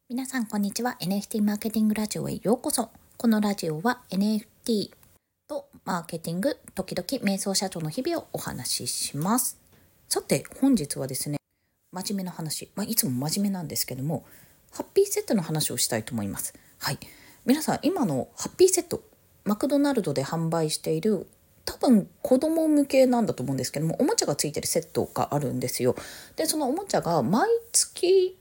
皆さんこんにちは。 NFT マーケティングラジオへようこそ。このラジオは NFT とマーケティング、時々瞑想社長の日々をお話しします。さて本日はですね、真面目な話、いつも真面目なんですけども、ハッピーセットの話をしたいと思います。はい、皆さん今のハッピーセット、マクドナルドで販売している多分子供向けなんだと思うんですけども、おもちゃがついてるセットがあるんですよ。でそのおもちゃが毎月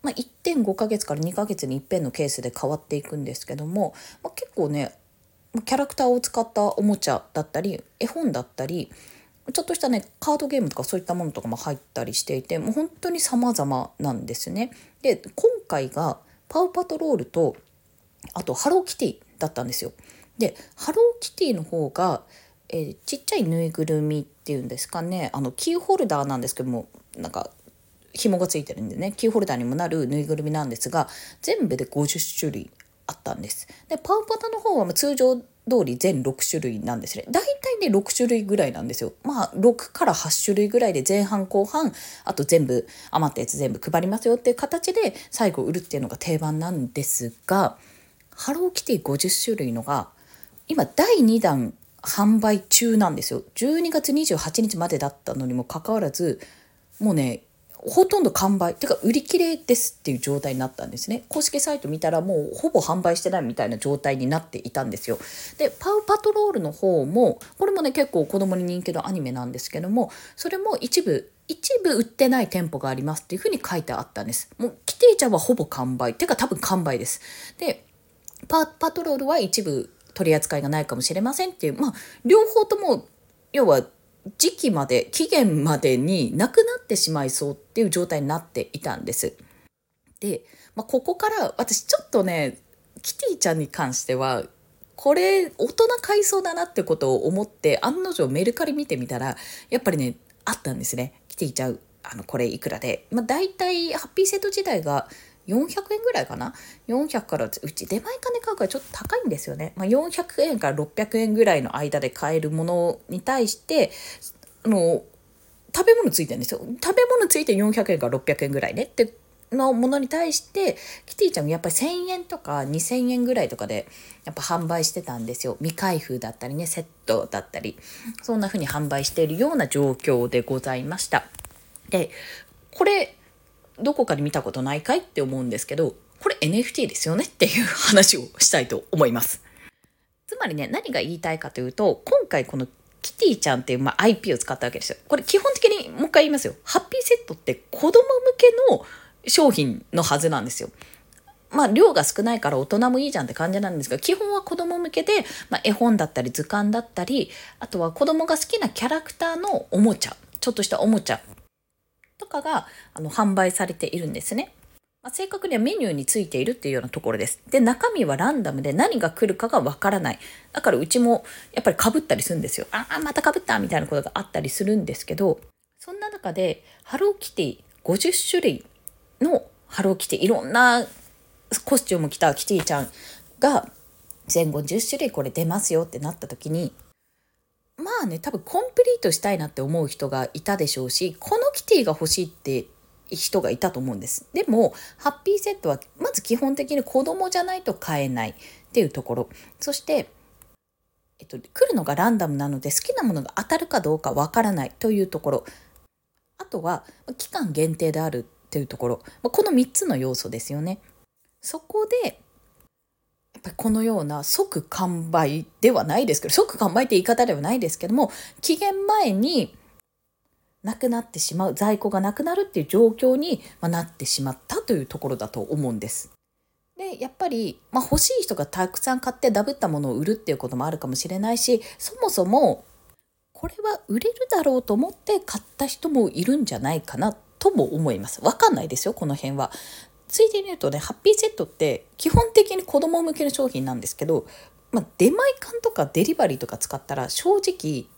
1.5ヶ月から2ヶ月に一遍のケースで変わっていくんですけども、結構ね、キャラクターを使ったおもちゃだったり絵本だったり、ちょっとしたねカードゲームとかそういったものとかも入ったりしていて、もう本当に様々なんですね。で今回がパウパトロールとあとハローキティだったんですよ。でハローキティの方が、ちっちゃいぬいぐるみっていうんですかね、キーホルダーなんですけども、なんか紐がついてるんでね、キーホルダーにもなるぬいぐるみなんですが、全部で50種類あったんです。でパウパタの方は通常通り全6種類なんですね。だいたいね6種類ぐらいなんですよ。6から8種類ぐらいで前半後半、あと全部余ったやつ全部配りますよっていう形で最後売るっていうのが定番なんですが、ハローキティ50種類のが今第2弾販売中なんですよ。12月28日までだったのにもかかわらず、もうねほとんど完売てか売り切れですっていう状態になったんですね。公式サイト見たらもうほぼ販売してないみたいな状態になっていたんですよ。でパウパトロールの方も、これもね結構子供に人気のアニメなんですけども、それも一部売ってない店舗がありますっていうふうに書いてあったんです。もうキティちゃんはほぼ完売てか多分完売です。でパトロールは一部取り扱いがないかもしれませんっていう、両方とも要は時期まで期限までになくなってしまいそうっていう状態になっていたんです。で、ここから私ちょっとねキティちゃんに関してはこれ大人買いそうだなってことを思って案の定メルカリ見てみたらやっぱりねあったんですね。キティちゃんこれいくらで、だいたいハッピーセット自体が400円ぐらいかな。400からうち出前金価格がちょっと高いんですよね。400円から600円ぐらいの間で買えるものに対して食べ物ついてるんですよ。食べ物ついて400円から600円ぐらいねってのものに対してキティちゃんがやっぱり1000円とか2000円ぐらいとかでやっぱ販売してたんですよ。未開封だったりね、セットだったり、そんな風に販売しているような状況でございました。でこれどこかで見たことないかいって思うんですけど、これ NFT ですよねっていう話をしたいと思います。つまりね、何が言いたいかというと、今回このキティちゃんっていう、IP を使ったわけですよ。これ基本的にもう一回言いますよ。ハッピーセットって子供向けの商品のはずなんですよ。量が少ないから大人もいいじゃんって感じなんですが、基本は子供向けで、絵本だったり図鑑だったり、あとは子供が好きなキャラクターのおもちゃ、ちょっとしたおもちゃとかが販売されているんですね。正確にはメニューについているっていうようなところです。で、中身はランダムで何が来るかがわからない。だからうちもやっぱり被ったりするんですよ。また被ったみたいなことがあったりするんですけど、そんな中でハローキティ50種類のハローキティ、いろんなコスチューム着たキティちゃんが全50種類これ出ますよってなった時に、多分コンプリートしたいなって思う人がいたでしょうし、このキティが欲しいって人がいたと思うんです。でもハッピーセットはまず基本的に子供じゃないと買えないっていうところ、そして、来るのがランダムなので好きなものが当たるかどうかわからないというところ、あとは期間限定であるっていうところ、この3つの要素ですよね。そこでやっぱりこのような即完売ではないですけど、即完売って言い方ではないですけども、期限前になくなってしまう、在庫がなくなるっていう状況になってしまったというところだと思うんです。でやっぱり、欲しい人がたくさん買ってダブったものを売るっていうこともあるかもしれないし、そもそもこれは売れるだろうと思って買った人もいるんじゃないかなとも思います。わかんないですよ、この辺は。ついでに言うとね、ハッピーセットって基本的に子供向けの商品なんですけど、出前館とかデリバリーとか使ったら正直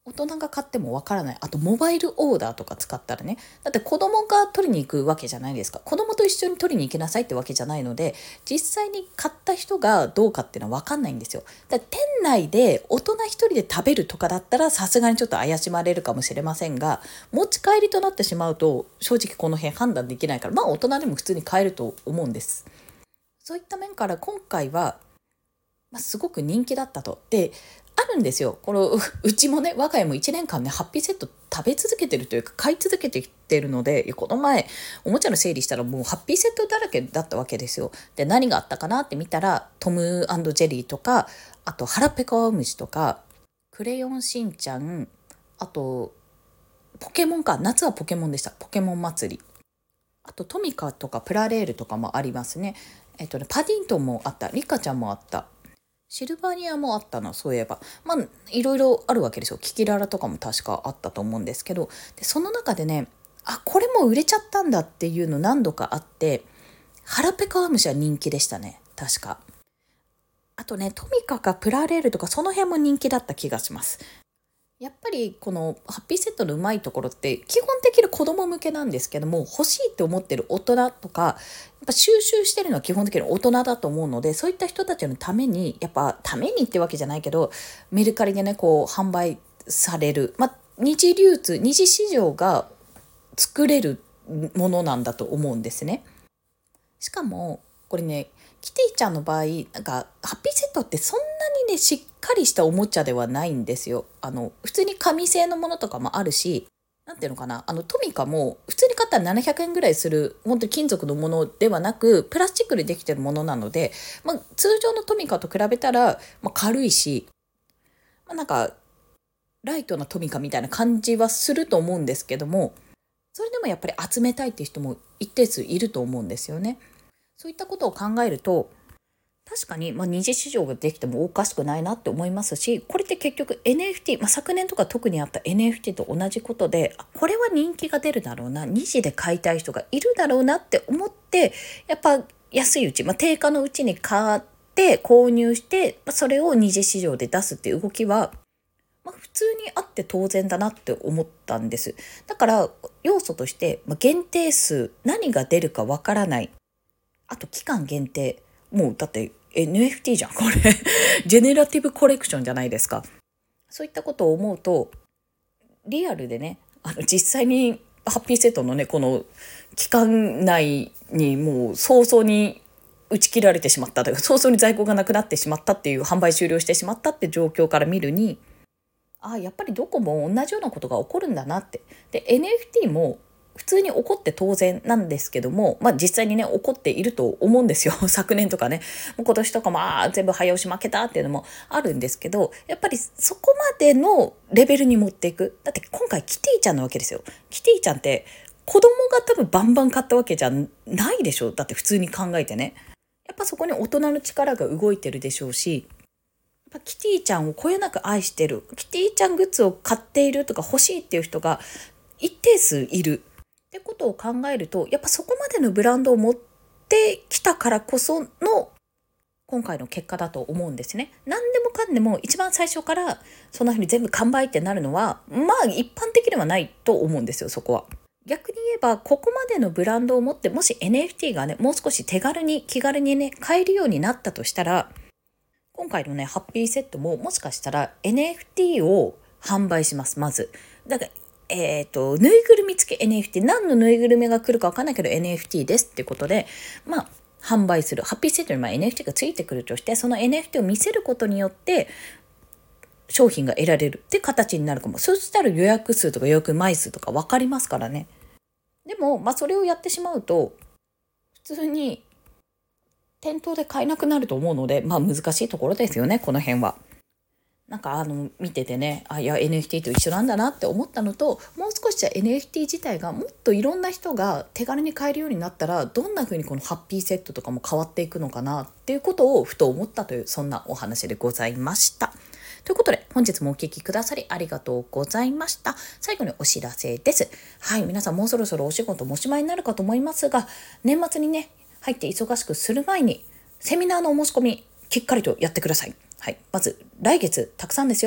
大人が買ってもわからない。あとモバイルオーダーとか使ったらね、だって子供が取りに行くわけじゃないですか。子供と一緒に取りに行きなさいってわけじゃないので、実際に買った人がどうかっていうのはわかんないんですよ。だから店内で大人一人で食べるとかだったらさすがにちょっと怪しまれるかもしれませんが、持ち帰りとなってしまうと正直この辺判断できないから、大人でも普通に買えると思うんです。そういった面から今回はすごく人気だったと。で、あるんですよ。うちもね、我が家も1年間ね、ハッピーセット食べ続けてるというか、買い続けてきてるので、この前、おもちゃの整理したらもうハッピーセットだらけだったわけですよ。で、何があったかなって見たら、トム&ジェリーとか、あと、腹ペコアムシとか、クレヨンしんちゃん、あと、ポケモンか。夏はポケモンでした。ポケモン祭り。あと、トミカとかプラレールとかもありますね。パディントンもあった。リカちゃんもあった。シルバニアもあったな、そういえば。いろいろあるわけですよ。キキララとかも確かあったと思うんですけど、でその中でね、これも売れちゃったんだっていうの何度かあって、腹ペコアムシは人気でしたね、確か。あとね、トミカかプラレールとかその辺も人気だった気がします。やっぱりこのハッピーセットのうまいところって基本的に子供向けなんですけども、欲しいって思ってる大人とか、やっぱ収集してるのは基本的に大人だと思うので、そういった人たちのために、やっぱためにってわけじゃないけど、メルカリでね、販売される、二次流通、二次市場が作れるものなんだと思うんですね。しかも、これね、キティちゃんの場合、なんか、ハッピーセットってそんなにね、しっかりしたおもちゃではないんですよ。普通に紙製のものとかもあるし、なんていうのかな、トミカも、普通に買ったら700円ぐらいする、本当に金属のものではなく、プラスチックでできてるものなので、通常のトミカと比べたら、軽いし、なんか、ライトなトミカみたいな感じはすると思うんですけども、それでもやっぱり集めたいっていう人も一定数いると思うんですよね。そういったことを考えると、確かに、二次市場ができてもおかしくないなって思いますし、これって結局 NFT、昨年とか特にあった NFT と同じことで、これは人気が出るだろうな、二次で買いたい人がいるだろうなって思って、やっぱ安いうち、定価のうちに買って購入して、それを二次市場で出すっていう動きは、普通にあって当然だなって思ったんです。だから要素として、限定数、何が出るかわからない。あと期間限定。もうだって NFT じゃん、これ。ジェネラティブコレクションじゃないですか。そういったことを思うと、リアルでね、実際にハッピーセットのね、この期間内にもう早々に打ち切られてしまったというか、早々に在庫がなくなってしまったっていう、販売終了してしまったって状況から見るに、やっぱりどこも同じようなことが起こるんだなって。で、NFT も普通に起こって当然なんですけども、実際にね、起こっていると思うんですよ。昨年とかね。もう今年とかも、全部早押し負けたっていうのもあるんですけど、やっぱりそこまでのレベルに持っていく。だって今回キティちゃんなわけですよ。キティちゃんって子供が多分バンバン買ったわけじゃないでしょ。だって普通に考えてね。やっぱそこに大人の力が動いてるでしょうし、キティちゃんをこよなく愛してる、キティちゃんグッズを買っているとか欲しいっていう人が一定数いるってことを考えると、やっぱそこまでのブランドを持ってきたからこその今回の結果だと思うんですね。何でもかんでも一番最初からそんな風に全部完売ってなるのは一般的ではないと思うんですよ、そこは。逆に言えば、ここまでのブランドを持って、もし NFT がね、もう少し手軽に気軽にね買えるようになったとしたら、今回のね、ハッピーセットももしかしたら NFT を販売します、まず。だから、ぬいぐるみ付き NFT、何のぬいぐるみが来るかわかんないけど NFT ですってことで、販売する。ハッピーセットにNFT がついてくるとして、その NFT を見せることによって、商品が得られるって形になるかも。そうしたら予約数とか予約枚数とか分かりますからね。でも、それをやってしまうと、普通に店頭で買えなくなると思うので、難しいところですよね、この辺は。なんか見ててね、いや NFT と一緒なんだなって思ったのと、もう少しじゃ NFT 自体がもっといろんな人が手軽に買えるようになったら、どんな風にこのハッピーセットとかも変わっていくのかなっていうことをふと思ったという、そんなお話でございました。ということで、本日もお聞きくださりありがとうございました。最後にお知らせです。はい、皆さんもうそろそろお仕事もおしまいになるかと思いますが、年末にね、入って忙しくする前に、セミナーのお申し込み、きっかりとやってください。はい。まず、来月、たくさんですよ。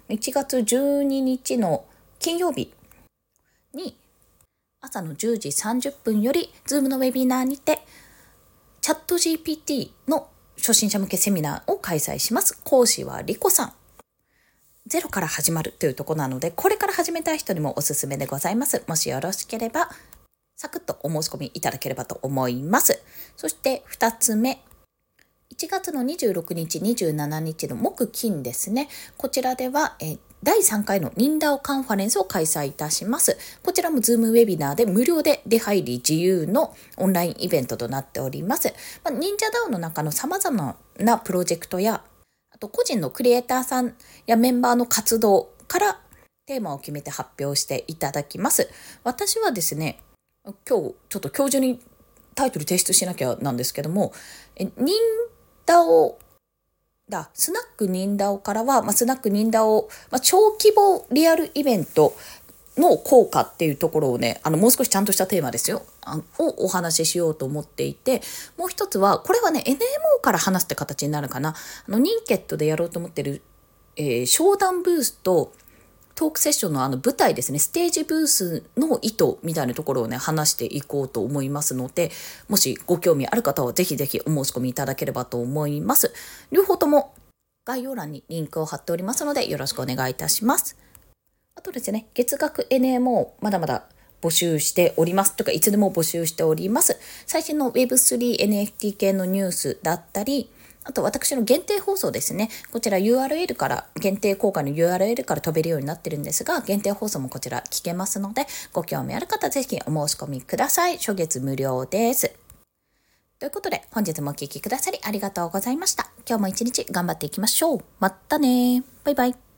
1月12日の金曜日に朝の10時30分より Zoom のウェビナーにてチャット GPT の初心者向けセミナーを開催します。講師はリコさん。ゼロから始まるというところなので、これから始めたい人にもおすすめでございます。もしよろしければサクッとお申し込みいただければと思います。そして2つ目、1月の26日、27日の木金ですね。こちらでは第3回の忍ダオカンファレンスを開催いたします。こちらも Zoom ウェビナーで無料で出入り自由のオンラインイベントとなっております。忍者ダオの中の様々なプロジェクトや、あと個人のクリエイターさんやメンバーの活動からテーマを決めて発表していただきます。私はですね、今日ちょっと今日中にタイトル提出しなきゃなんですけども、忍ダオスナック忍ダオからは、スナック忍ダオ、超規模リアルイベントの効果っていうところをね、もう少しちゃんとしたテーマですよ、をお話ししようと思っていて、もう一つは、これはね、NMO から話すって形になるかな。ニンケットでやろうと思ってる、商談ブースと、トークセッションの舞台ですね、ステージブースの意図みたいなところをね、話していこうと思いますので、もしご興味ある方はぜひぜひお申し込みいただければと思います。両方とも概要欄にリンクを貼っておりますので、よろしくお願いいたします。あとですね、月額 NMO まだまだ募集しておりますとか、いつでも募集しております。最新の Web3NFT 系のニュースだったり、あと私の限定放送ですね。こちら URL から、限定公開の URL から飛べるようになってるんですが、限定放送もこちら聞けますので、ご興味ある方ぜひお申し込みください。初月無料です。ということで、本日もお聞きくださりありがとうございました。今日も一日頑張っていきましょう。またね。バイバイ。